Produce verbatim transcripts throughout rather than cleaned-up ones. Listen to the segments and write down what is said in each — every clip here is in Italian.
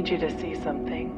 need you to see something.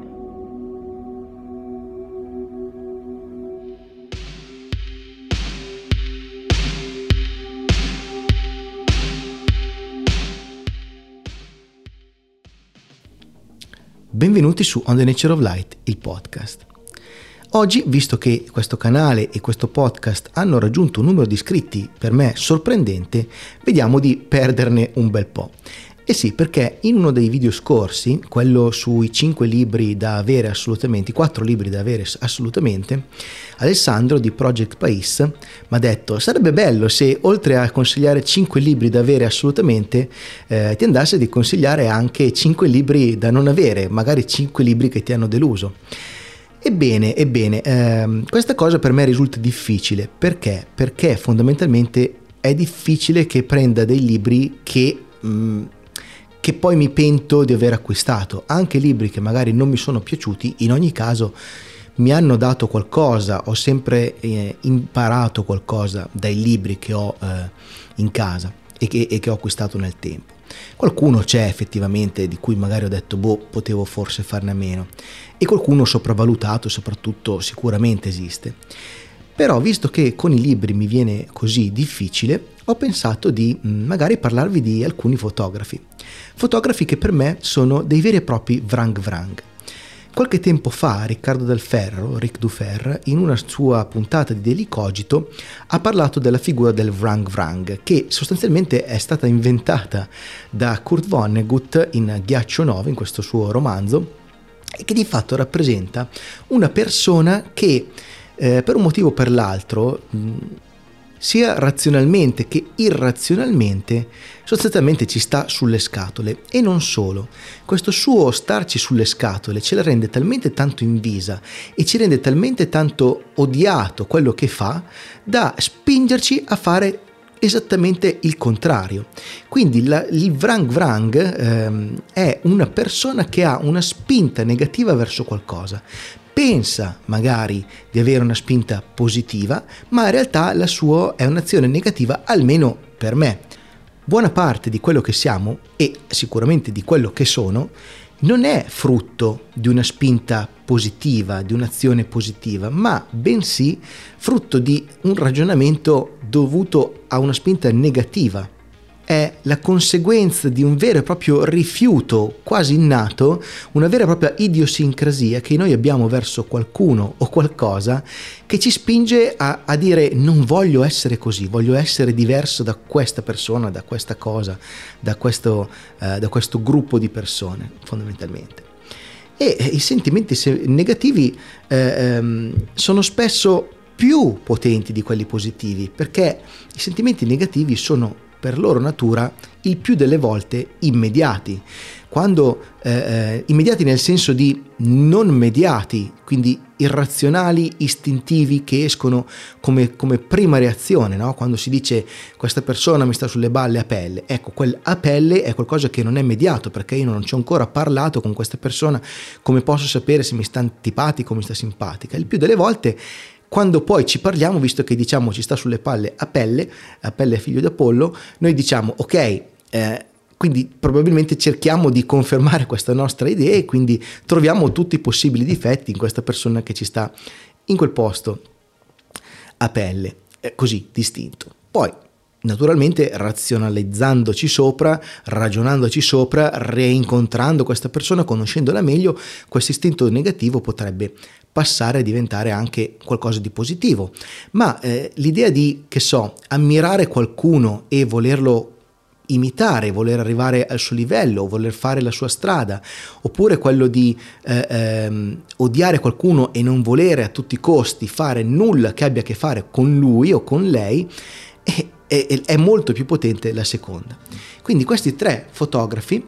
Benvenuti su On the Nature of Light, il podcast. Oggi, visto che questo canale e questo podcast hanno raggiunto un numero di iscritti per me sorprendente, vediamo di perderne un bel po'. E sì, perché in uno dei video scorsi, quello sui cinque libri da avere assolutamente, i quattro libri da avere assolutamente, Alessandro di Project Pais mi ha detto: sarebbe bello se oltre a consigliare cinque libri da avere assolutamente, eh, ti andasse di consigliare anche cinque libri da non avere, magari cinque libri che ti hanno deluso. Ebbene, ebbene, ehm, questa cosa per me risulta difficile. Perché? Perché fondamentalmente è difficile che prenda dei libri che... Mh, che poi mi pento di aver acquistato, anche libri che magari non mi sono piaciuti. In ogni caso mi hanno dato qualcosa, ho sempre eh, imparato qualcosa dai libri che ho eh, in casa e che, e che ho acquistato nel tempo. Qualcuno c'è effettivamente di cui magari ho detto boh, potevo forse farne a meno, e qualcuno sopravvalutato soprattutto sicuramente esiste. Però, visto che con i libri mi viene così difficile, ho pensato di mh, magari parlarvi di alcuni fotografi. Fotografi che per me sono dei veri e propri vrang vrang. Qualche tempo fa Riccardo Del Ferro, Ric Dufer, in una sua puntata di Daily Cogito, ha parlato della figura del vrang vrang, che sostanzialmente è stata inventata da Kurt Vonnegut in Ghiaccio nove, in questo suo romanzo, e che di fatto rappresenta una persona che Eh, per un motivo o per l'altro, mh, sia razionalmente che irrazionalmente, sostanzialmente ci sta sulle scatole. E non solo, questo suo starci sulle scatole ce la rende talmente tanto invisa e ci rende talmente tanto odiato quello che fa, da spingerci a fare esattamente il contrario. Quindi la, il vrang vrang ehm, è una persona che ha una spinta negativa verso qualcosa. Pensa magari di avere una spinta positiva, ma in realtà la sua è un'azione negativa, almeno per me. Buona parte di quello che siamo, e sicuramente di quello che sono, non è frutto di una spinta positiva, di un'azione positiva, ma bensì frutto di un ragionamento dovuto a una spinta negativa. È la conseguenza di un vero e proprio rifiuto quasi innato, una vera e propria idiosincrasia che noi abbiamo verso qualcuno o qualcosa, che ci spinge a, a dire: non voglio essere così, voglio essere diverso da questa persona, da questa cosa, da questo, eh, da questo gruppo di persone, fondamentalmente. E eh, i sentimenti negativi eh, ehm, sono spesso più potenti di quelli positivi, perché i sentimenti negativi sono per loro natura il più delle volte immediati, quando eh, eh, immediati nel senso di non mediati, quindi irrazionali, istintivi, che escono come, come prima reazione, no? Quando si dice questa persona mi sta sulle balle a pelle, ecco, quel a pelle è qualcosa che non è mediato, perché io non ci ho ancora parlato con questa persona, come posso sapere se mi sta antipatico o mi sta simpatica? Il più delle volte, quando poi ci parliamo, visto che diciamo ci sta sulle palle a pelle, a pelle figlio d'Apollo, noi diciamo ok, eh, quindi probabilmente cerchiamo di confermare questa nostra idea e quindi troviamo tutti i possibili difetti in questa persona che ci sta in quel posto a pelle, eh, così distinto. Poi naturalmente razionalizzandoci sopra, ragionandoci sopra, reincontrando questa persona, conoscendola meglio, questo istinto negativo potrebbe passare a diventare anche qualcosa di positivo. Ma eh, l'idea di, che so, ammirare qualcuno e volerlo imitare, voler arrivare al suo livello, voler fare la sua strada, oppure quello di eh, ehm, odiare qualcuno e non volere a tutti i costi fare nulla che abbia a che fare con lui o con lei, è, è, è molto più potente la seconda. Quindi questi tre fotografi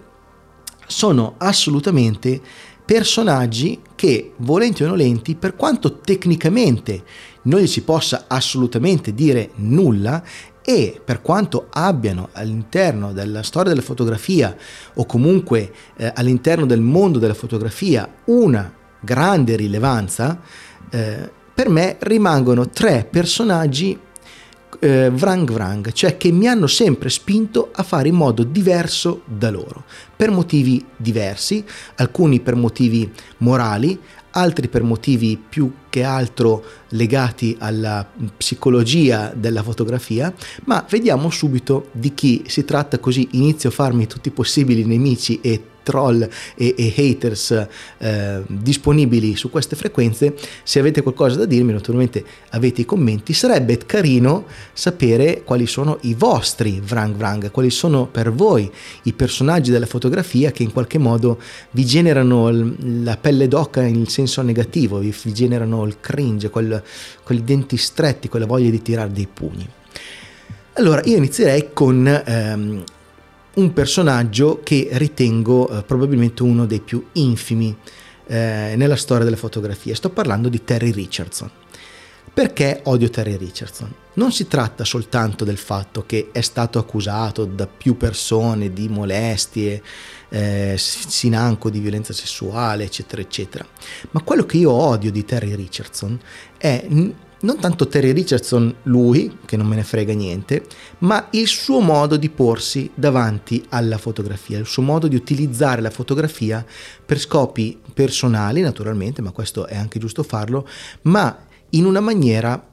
sono assolutamente personaggi che, volenti o nolenti, per quanto tecnicamente non gli si possa assolutamente dire nulla, e per quanto abbiano all'interno della storia della fotografia o comunque eh, all'interno del mondo della fotografia una grande rilevanza, eh, per me rimangono tre personaggi eh, vrang vrang, cioè che mi hanno sempre spinto a fare in modo diverso da loro, per motivi diversi, alcuni per motivi morali, altri per motivi più che altro legati alla psicologia della fotografia, ma vediamo subito di chi si tratta, così inizio a farmi tutti i possibili nemici e troll e, e haters eh, disponibili su queste frequenze. Se avete qualcosa da dirmi, naturalmente avete i commenti. Sarebbe carino sapere quali sono i vostri vrang vrang, quali sono per voi i personaggi della fotografia che in qualche modo vi generano la pelle d'oca in senso negativo, vi, vi generano il cringe, quel, quei denti stretti, quella voglia di tirare dei pugni. Allora io inizierei con ehm, un personaggio che ritengo eh, probabilmente uno dei più infimi eh, nella storia della fotografia. Sto parlando di Terry Richardson. Perché odio Terry Richardson? Non si tratta soltanto del fatto che è stato accusato da più persone di molestie, eh, financo di violenza sessuale, eccetera, eccetera. Ma quello che io odio di Terry Richardson è non tanto Terry Richardson lui, che non me ne frega niente, ma il suo modo di porsi davanti alla fotografia, il suo modo di utilizzare la fotografia per scopi personali, naturalmente, ma questo è anche giusto farlo, ma in una maniera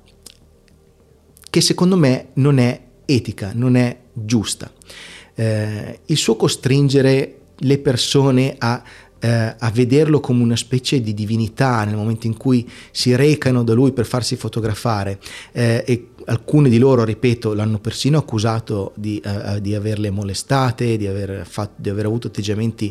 che secondo me non è etica, non è giusta. Eh, il suo costringere le persone a Eh, a vederlo come una specie di divinità nel momento in cui si recano da lui per farsi fotografare, eh, e alcuni di loro, ripeto, l'hanno persino accusato di, uh, di averle molestate, di aver, fatto, di aver avuto atteggiamenti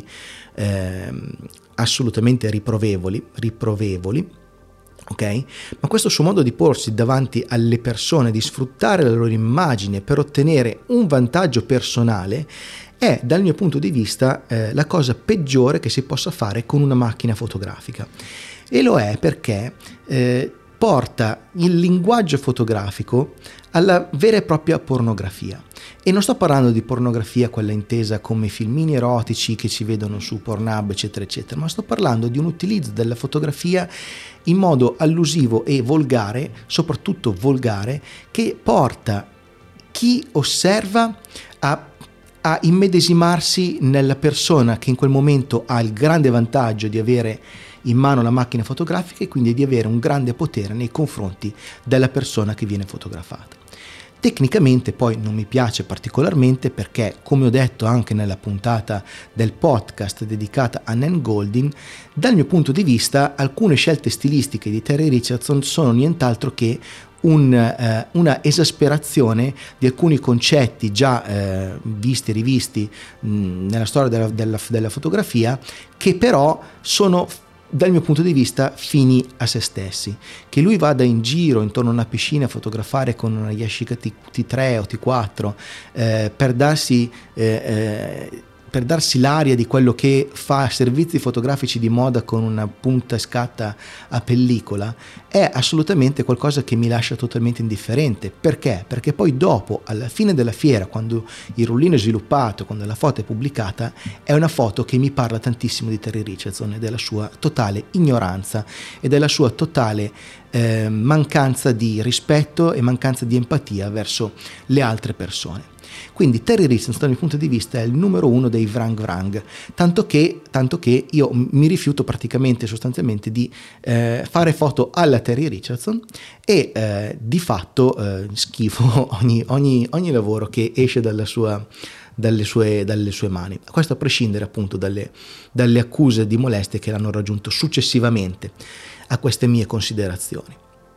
eh, assolutamente riprovevoli, riprovevoli. Ok? Ma questo suo modo di porsi davanti alle persone, di sfruttare la loro immagine per ottenere un vantaggio personale, è dal mio punto di vista eh, la cosa peggiore che si possa fare con una macchina fotografica. E lo è perché eh, porta il linguaggio fotografico alla vera e propria pornografia. E non sto parlando di pornografia quella intesa come filmini erotici che si vedono su Pornhub, eccetera, eccetera, ma sto parlando di un utilizzo della fotografia in modo allusivo e volgare, soprattutto volgare, che porta chi osserva a a immedesimarsi nella persona che in quel momento ha il grande vantaggio di avere in mano la macchina fotografica e quindi di avere un grande potere nei confronti della persona che viene fotografata. Tecnicamente poi non mi piace particolarmente perché, come ho detto anche nella puntata del podcast dedicata a Nan Goldin, dal mio punto di vista alcune scelte stilistiche di Terry Richardson sono nient'altro che Un, eh, una esasperazione di alcuni concetti già eh, visti e rivisti mh, nella storia della, della, della fotografia, che però sono, dal mio punto di vista, fini a se stessi. Che lui vada in giro intorno a una piscina a fotografare con una Yashica T tre o T quattro eh, per darsi eh, eh, per darsi l'aria di quello che fa servizi fotografici di moda con una punta e scatta a pellicola, è assolutamente qualcosa che mi lascia totalmente indifferente. Perché? Perché poi dopo, alla fine della fiera, quando il rullino è sviluppato, quando la foto è pubblicata, è una foto che mi parla tantissimo di Terry Richardson e della sua totale ignoranza e della sua totale eh, mancanza di rispetto e mancanza di empatia verso le altre persone. Quindi Terry Richardson dal mio punto di vista è il numero uno dei vrang vrang, tanto che, tanto che io mi rifiuto praticamente sostanzialmente di eh, fare foto alla Terry Richardson e eh, di fatto eh, schifo ogni, ogni, ogni lavoro che esce dalla sua, dalle, sue, dalle sue mani. Questo a prescindere appunto dalle, dalle accuse di molestie che l'hanno raggiunto successivamente a queste mie considerazioni.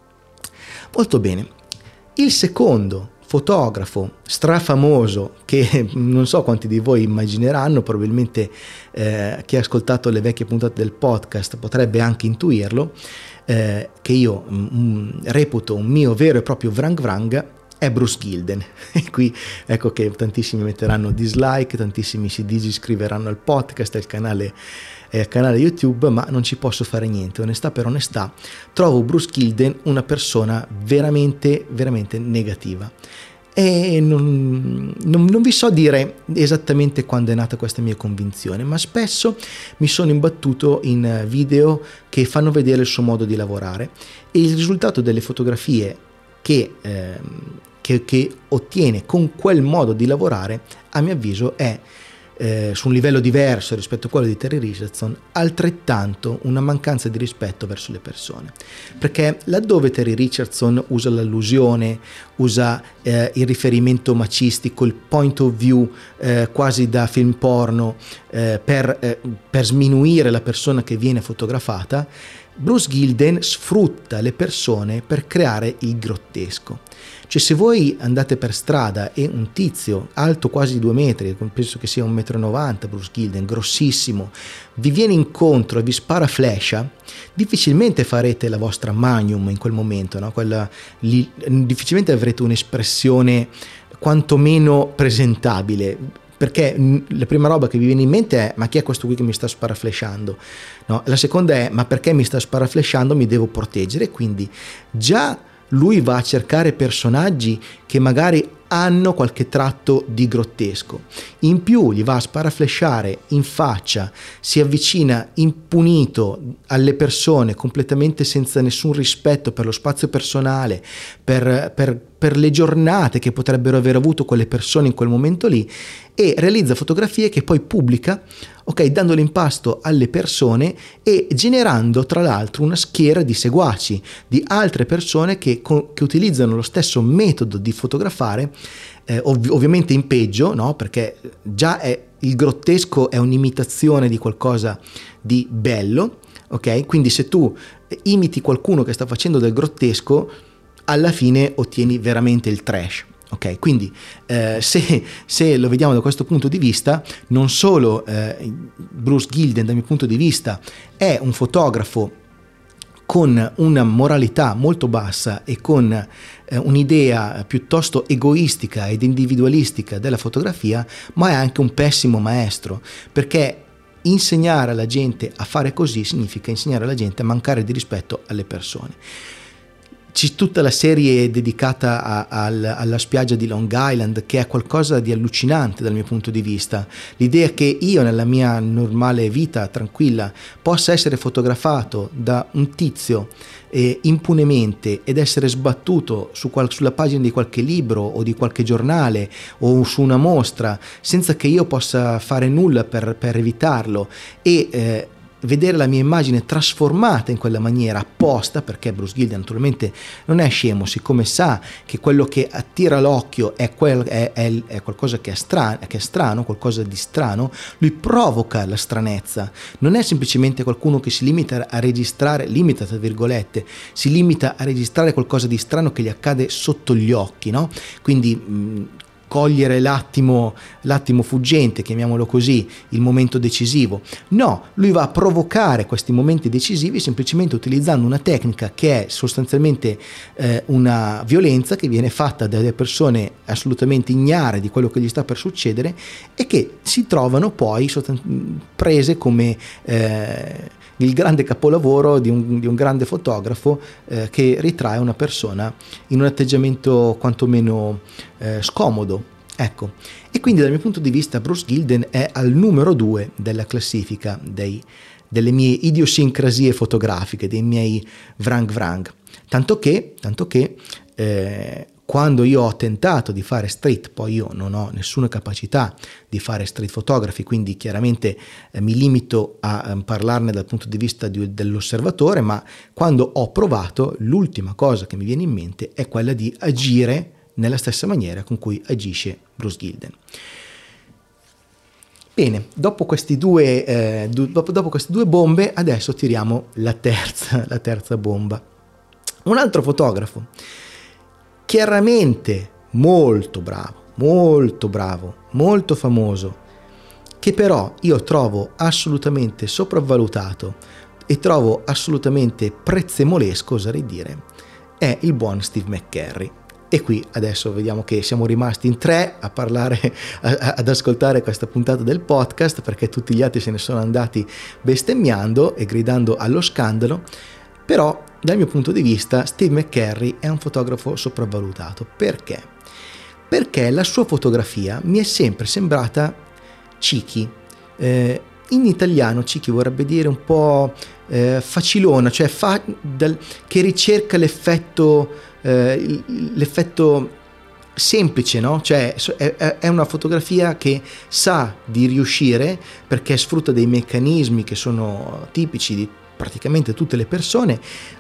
Molto bene. Il secondo fotografo strafamoso che non so quanti di voi immagineranno, probabilmente eh, chi ha ascoltato le vecchie puntate del podcast potrebbe anche intuirlo, eh, che io mh, reputo un mio vero e proprio vrang vrang, è Bruce Gilden. E qui ecco che tantissimi metteranno dislike, tantissimi si disiscriveranno al podcast, al canale al canale YouTube, ma non ci posso fare niente. Onestà per onestà, trovo Bruce Gilden una persona veramente, veramente negativa. E non, non, non vi so dire esattamente quando è nata questa mia convinzione, ma spesso mi sono imbattuto in video che fanno vedere il suo modo di lavorare e il risultato delle fotografie che, eh, che che, che ottiene con quel modo di lavorare, a mio avviso è Eh, su un livello diverso rispetto a quello di Terry Richardson, altrettanto una mancanza di rispetto verso le persone, perché laddove Terry Richardson usa l'allusione, usa eh, il riferimento macistico, il point of view eh, quasi da film porno eh, per, eh, per sminuire la persona che viene fotografata, Bruce Gilden sfrutta le persone per creare il grottesco. Cioè, se voi andate per strada e un tizio alto quasi due metri, penso che sia un metro e novanta, Bruce Gilden, grossissimo, vi viene incontro e vi spara flecha, difficilmente farete la vostra magnum in quel momento, no? Quella, lì, difficilmente avrete un'espressione quantomeno presentabile, perché la prima roba che vi viene in mente è: ma chi è questo qui che mi sta sparaflesciando? No? La seconda è: ma perché mi sta sparaflesciando? Mi devo proteggere. Quindi già lui va a cercare personaggi che magari hanno qualche tratto di grottesco, in più gli va a sparaflesciare in faccia, si avvicina impunito alle persone completamente senza nessun rispetto per lo spazio personale, per, per, per le giornate che potrebbero aver avuto quelle persone in quel momento lì, e realizza fotografie che poi pubblica, ok, dandole in pasto alle persone e generando tra l'altro una schiera di seguaci, di altre persone che, che utilizzano lo stesso metodo di fotografare, eh, ov- ovviamente in peggio, no? Perché già è, il grottesco è un'imitazione di qualcosa di bello, ok? Quindi se tu imiti qualcuno che sta facendo del grottesco, alla fine ottieni veramente il trash. Ok, quindi eh, se, se lo vediamo da questo punto di vista, non solo eh, Bruce Gilden, dal mio punto di vista, è un fotografo con una moralità molto bassa e con eh, un'idea piuttosto egoistica ed individualistica della fotografia, ma è anche un pessimo maestro, perché insegnare alla gente a fare così significa insegnare alla gente a mancare di rispetto alle persone. C'è tutta la serie dedicata a, a, alla spiaggia di Long Island, che è qualcosa di allucinante dal mio punto di vista. L'idea che io nella mia normale vita tranquilla possa essere fotografato da un tizio eh, impunemente ed essere sbattuto su qual, sulla pagina di qualche libro o di qualche giornale o su una mostra senza che io possa fare nulla per, per evitarlo, e eh, vedere la mia immagine trasformata in quella maniera apposta, perché Bruce Gilden naturalmente non è scemo, siccome sa che quello che attira l'occhio è, quel, è, è, è qualcosa che è, strano, che è strano, qualcosa di strano, lui provoca la stranezza. Non è semplicemente qualcuno che si limita a registrare, limita tra virgolette, si limita a registrare qualcosa di strano che gli accade sotto gli occhi, no? Quindi mh, cogliere l'attimo, l'attimo fuggente, chiamiamolo così, il momento decisivo. No, lui va a provocare questi momenti decisivi semplicemente utilizzando una tecnica che è sostanzialmente eh, una violenza che viene fatta dalle persone assolutamente ignare di quello che gli sta per succedere e che si trovano poi prese come eh, il grande capolavoro di un, di un grande fotografo eh, che ritrae una persona in un atteggiamento quantomeno eh, scomodo. Ecco, e quindi dal mio punto di vista Bruce Gilden è al numero due della classifica dei, delle mie idiosincrasie fotografiche, dei miei vrang vrang. Tanto che, tanto che eh, quando io ho tentato di fare street, poi io non ho nessuna capacità di fare street photography, quindi chiaramente eh, mi limito a eh, parlarne dal punto di vista di, dell'osservatore, ma quando ho provato, l'ultima cosa che mi viene in mente è quella di agire nella stessa maniera con cui agisce Bruce Gilden. Bene, dopo, questi due, eh, dopo, dopo queste due bombe, adesso tiriamo la terza, la terza bomba. Un altro fotografo, chiaramente molto bravo, molto bravo, molto famoso, che però io trovo assolutamente sopravvalutato e trovo assolutamente prezzemolesco, oserei dire, è il buon Steve McCurry. E qui adesso vediamo che siamo rimasti in tre a parlare, a, ad ascoltare questa puntata del podcast, perché tutti gli altri se ne sono andati bestemmiando e gridando allo scandalo. Però dal mio punto di vista Steve McCurry è un fotografo sopravvalutato. Perché? Perché la sua fotografia mi è sempre sembrata cheeky. Eh, in italiano cheeky vorrebbe dire un po' eh, facilona, cioè fa, dal, che ricerca l'effetto, eh, l'effetto semplice, no? Cioè è, è una fotografia che sa di riuscire perché sfrutta dei meccanismi che sono tipici di praticamente tutte le persone,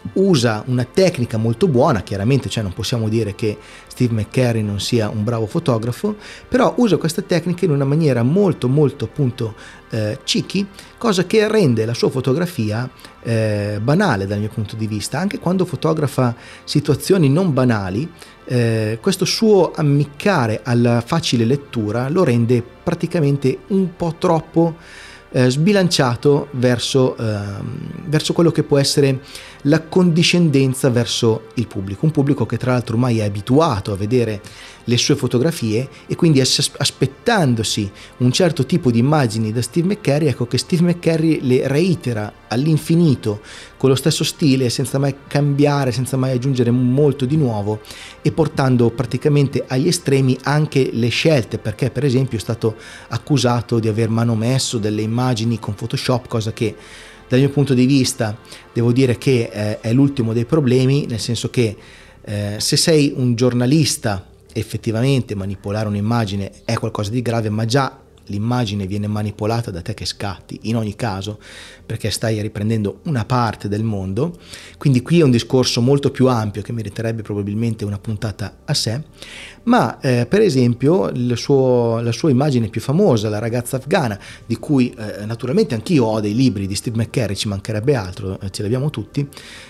usa una tecnica molto buona, chiaramente, cioè non possiamo dire che Steve McCurry non sia un bravo fotografo, però usa questa tecnica in una maniera molto molto appunto eh, cheeky, cosa che rende la sua fotografia eh, banale dal mio punto di vista. Anche quando fotografa situazioni non banali, eh, questo suo ammiccare alla facile lettura lo rende praticamente un po' troppo Eh, sbilanciato verso, eh, verso quello che può essere la condiscendenza verso il pubblico, un pubblico che tra l'altro ormai è abituato a vedere le sue fotografie e quindi as- aspettandosi un certo tipo di immagini da Steve McCurry, ecco che Steve McCurry le reitera all'infinito con lo stesso stile, senza mai cambiare, senza mai aggiungere molto di nuovo e portando praticamente agli estremi anche le scelte, perché per esempio è stato accusato di aver manomesso delle immagini con Photoshop, cosa che dal mio punto di vista devo dire che eh, è l'ultimo dei problemi, nel senso che eh, se sei un giornalista effettivamente manipolare un'immagine è qualcosa di grave, ma già l'immagine viene manipolata da te che scatti in ogni caso, perché stai riprendendo una parte del mondo, quindi qui è un discorso molto più ampio che meriterebbe probabilmente una puntata a sé. Ma eh, per esempio il suo, la sua immagine più famosa, la ragazza afghana, di cui eh, naturalmente anch'io ho dei libri di Steve McCurry, ci mancherebbe altro, eh, ce li abbiamo tutti.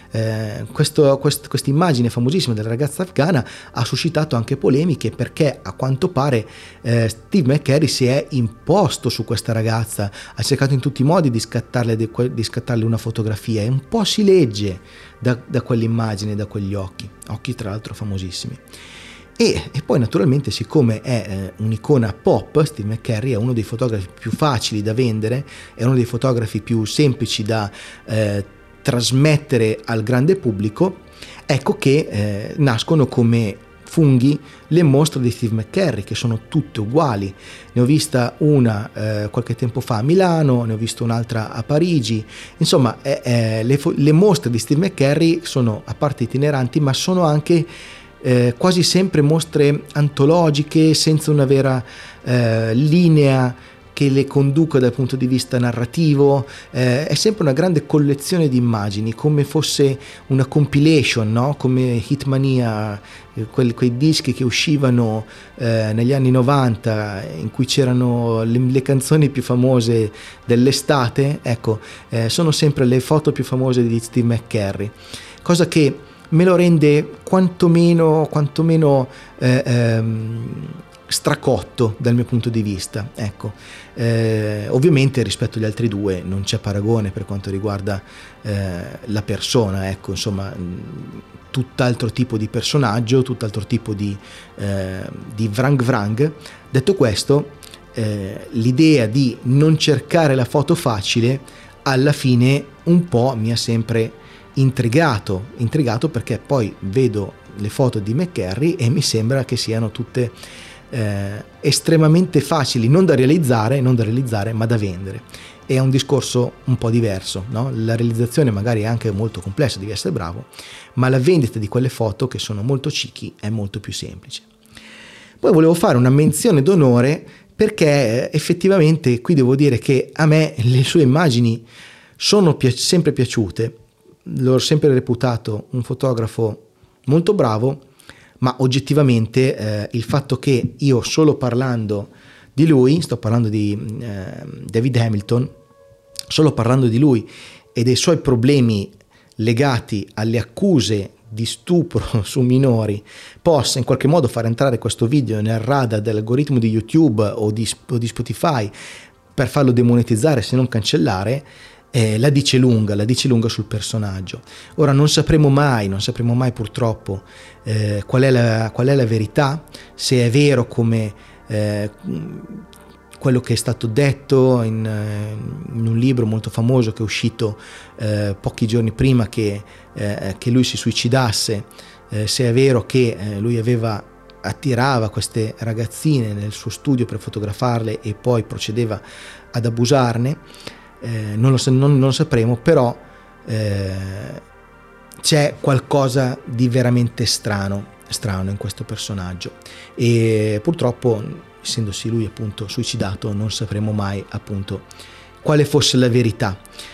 Eh, questo, quest, questa immagine famosissima della ragazza afghana ha suscitato anche polemiche, perché a quanto pare eh, Steve McCurry si è imposto su questa ragazza, ha cercato in tutti i modi di scattarle, di, di scattarle una fotografia, e un po' si legge da, da quell'immagine, da quegli occhi, occhi tra l'altro famosissimi. E, e poi naturalmente, siccome è eh, un'icona pop, Steve McCurry è uno dei fotografi più facili da vendere, è uno dei fotografi più semplici da eh, trasmettere al grande pubblico, ecco che eh, nascono come funghi le mostre di Steve McCurry, che sono tutte uguali. Ne ho vista una eh, qualche tempo fa a Milano, ne ho vista un'altra a Parigi, insomma eh, eh, le, le mostre di Steve McCurry sono a parte itineranti, ma sono anche Eh, quasi sempre mostre antologiche, senza una vera eh, linea che le conduca dal punto di vista narrativo. Eh, è sempre una grande collezione di immagini, come fosse una compilation, no? Come Hitmania, eh, quel, quei dischi che uscivano eh, negli anni novanta, in cui c'erano le, le canzoni più famose dell'estate. Ecco, eh, sono sempre le foto più famose di Steve McCurry, cosa che me lo rende quantomeno, quantomeno eh, ehm, stracotto dal mio punto di vista. Ecco, eh, ovviamente rispetto agli altri due non c'è paragone per quanto riguarda eh, la persona, ecco, insomma, tutt'altro tipo di personaggio, tutt'altro tipo di, eh, di vrang vrang. Detto questo, eh, l'idea di non cercare la foto facile alla fine un po' mi ha sempre intrigato, intrigato perché poi vedo le foto di McCurry e mi sembra che siano tutte eh, estremamente facili, non da realizzare, non da realizzare, ma da vendere. È un discorso un po' diverso, no? La realizzazione magari è anche molto complessa, devi essere bravo, ma la vendita di quelle foto, che sono molto cheeky, è molto più semplice. Poi volevo fare una menzione d'onore, perché effettivamente qui devo dire che a me le sue immagini sono pi- sempre piaciute. L'ho sempre reputato un fotografo molto bravo, ma oggettivamente eh, il fatto che io, solo parlando di lui, sto parlando di eh, David Hamilton, solo parlando di lui e dei suoi problemi legati alle accuse di stupro su minori, possa in qualche modo far entrare questo video nel radar dell'algoritmo di YouTube o di, o di Spotify per farlo demonetizzare, se non cancellare, Eh, la dice lunga, la dice lunga sul personaggio. Ora non sapremo mai, non sapremo mai purtroppo eh, qual è la, qual è la verità, se è vero come eh, quello che è stato detto in, in un libro molto famoso che è uscito eh, pochi giorni prima che, eh, che lui si suicidasse, eh, se è vero che eh, lui aveva attirava queste ragazzine nel suo studio per fotografarle e poi procedeva ad abusarne. Eh, non, lo, non, non lo sapremo, però eh, c'è qualcosa di veramente strano strano in questo personaggio, e purtroppo, essendosi lui appunto suicidato, non sapremo mai appunto quale fosse la verità.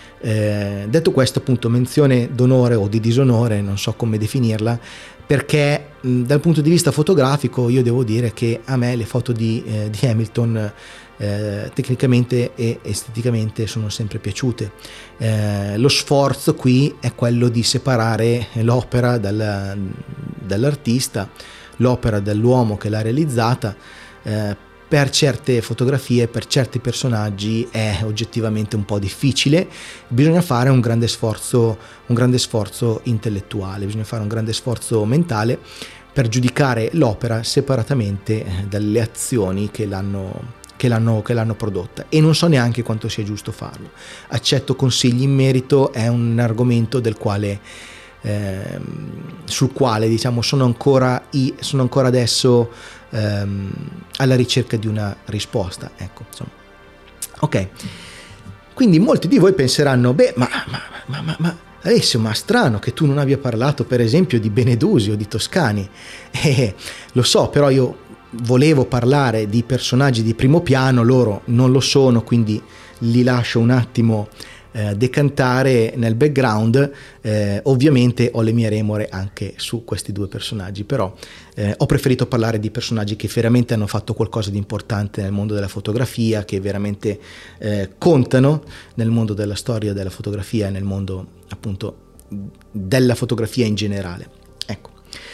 Eh, detto questo, appunto, menzione d'onore o di disonore, non so come definirla, perché mh, dal punto di vista fotografico io devo dire che a me le foto di, eh, di Hamilton eh, tecnicamente e esteticamente sono sempre piaciute. Eh, lo sforzo qui è quello di separare l'opera dal, dall'artista, l'opera dall'uomo che l'ha realizzata. Eh, per certe fotografie, per certi personaggi è oggettivamente un po' difficile, bisogna fare un grande sforzo, un grande sforzo intellettuale, bisogna fare un grande sforzo mentale per giudicare l'opera separatamente dalle azioni che l'hanno, che l'hanno, che l'hanno prodotta, e non so neanche quanto sia giusto farlo. Accetto consigli in merito, è un argomento del quale eh, sul quale diciamo sono ancora, sono ancora adesso ehm, alla ricerca di una risposta, ecco, insomma. Ok, quindi molti di voi penseranno, beh, ma, ma, ma, ma, ma Alessio, ma strano che tu non abbia parlato per esempio di Benedusi o di Toscani. Eh, lo so, però io volevo parlare di personaggi di primo piano, loro non lo sono, quindi li lascio un attimo eh, decantare nel background. Eh, ovviamente ho le mie remore anche su questi due personaggi, però eh, ho preferito parlare di personaggi che veramente hanno fatto qualcosa di importante nel mondo della fotografia, che veramente eh, contano nel mondo della storia della fotografia e nel mondo appunto della fotografia in generale. Ecco.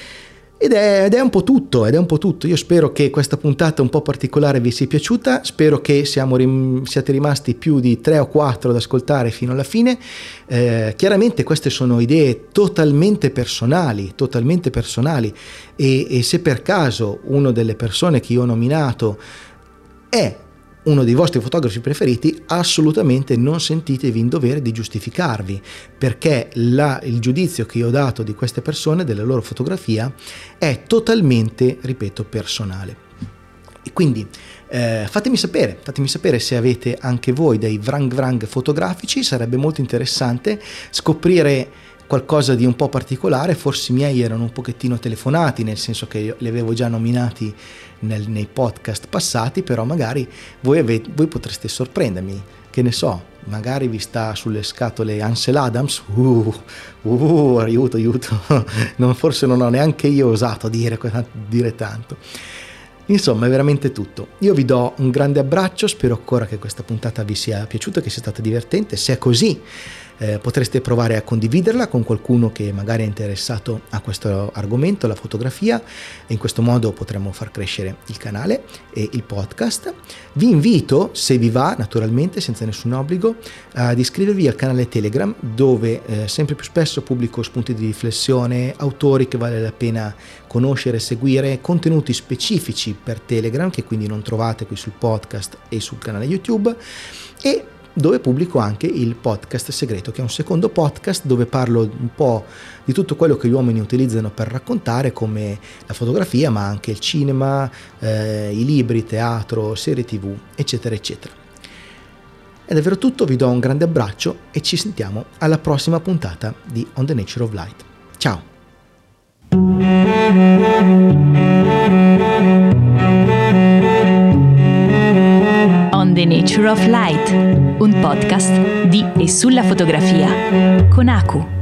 Ed è, ed è un po' tutto, ed è un po' tutto. Io spero che questa puntata un po' particolare vi sia piaciuta, spero che siamo rim- siate rimasti più di tre o quattro ad ascoltare fino alla fine. Eh, chiaramente queste sono idee totalmente personali, totalmente personali, e, e se per caso una delle persone che io ho nominato è uno dei vostri fotografi preferiti, assolutamente non sentitevi in dovere di giustificarvi, perché la, il giudizio che io ho dato di queste persone, della loro fotografia, è totalmente, ripeto, personale. E quindi eh, fatemi sapere, fatemi sapere se avete anche voi dei vrang vrang fotografici, sarebbe molto interessante scoprire qualcosa di un po' particolare. Forse i miei erano un pochettino telefonati, nel senso che io li avevo già nominati nel, nei podcast passati, però magari voi, avete, voi potreste sorprendermi, che ne so, magari vi sta sulle scatole Ansel Adams, uh, uh, aiuto, aiuto, non, forse non ho neanche io osato dire, dire tanto. Insomma, è veramente tutto. Io vi do un grande abbraccio, spero ancora che questa puntata vi sia piaciuta, che sia stata divertente. Se è così, eh, potreste provare a condividerla con qualcuno che magari è interessato a questo argomento, la fotografia, e in questo modo potremo far crescere il canale e il podcast. Vi invito, se vi va, naturalmente, senza nessun obbligo, ad iscrivervi al canale Telegram, dove eh, sempre più spesso pubblico spunti di riflessione, autori che vale la pena conoscere, seguire, contenuti specifici per Telegram che quindi non trovate qui sul podcast e sul canale YouTube, e dove pubblico anche il podcast segreto, che è un secondo podcast dove parlo un po' di tutto quello che gli uomini utilizzano per raccontare, come la fotografia, ma anche il cinema, eh, i libri, teatro, serie tv, eccetera eccetera. È davvero tutto, vi do un grande abbraccio e ci sentiamo alla prossima puntata di On the Nature of Light. Ciao! On the Nature of Light, un podcast di e sulla fotografia con Aku.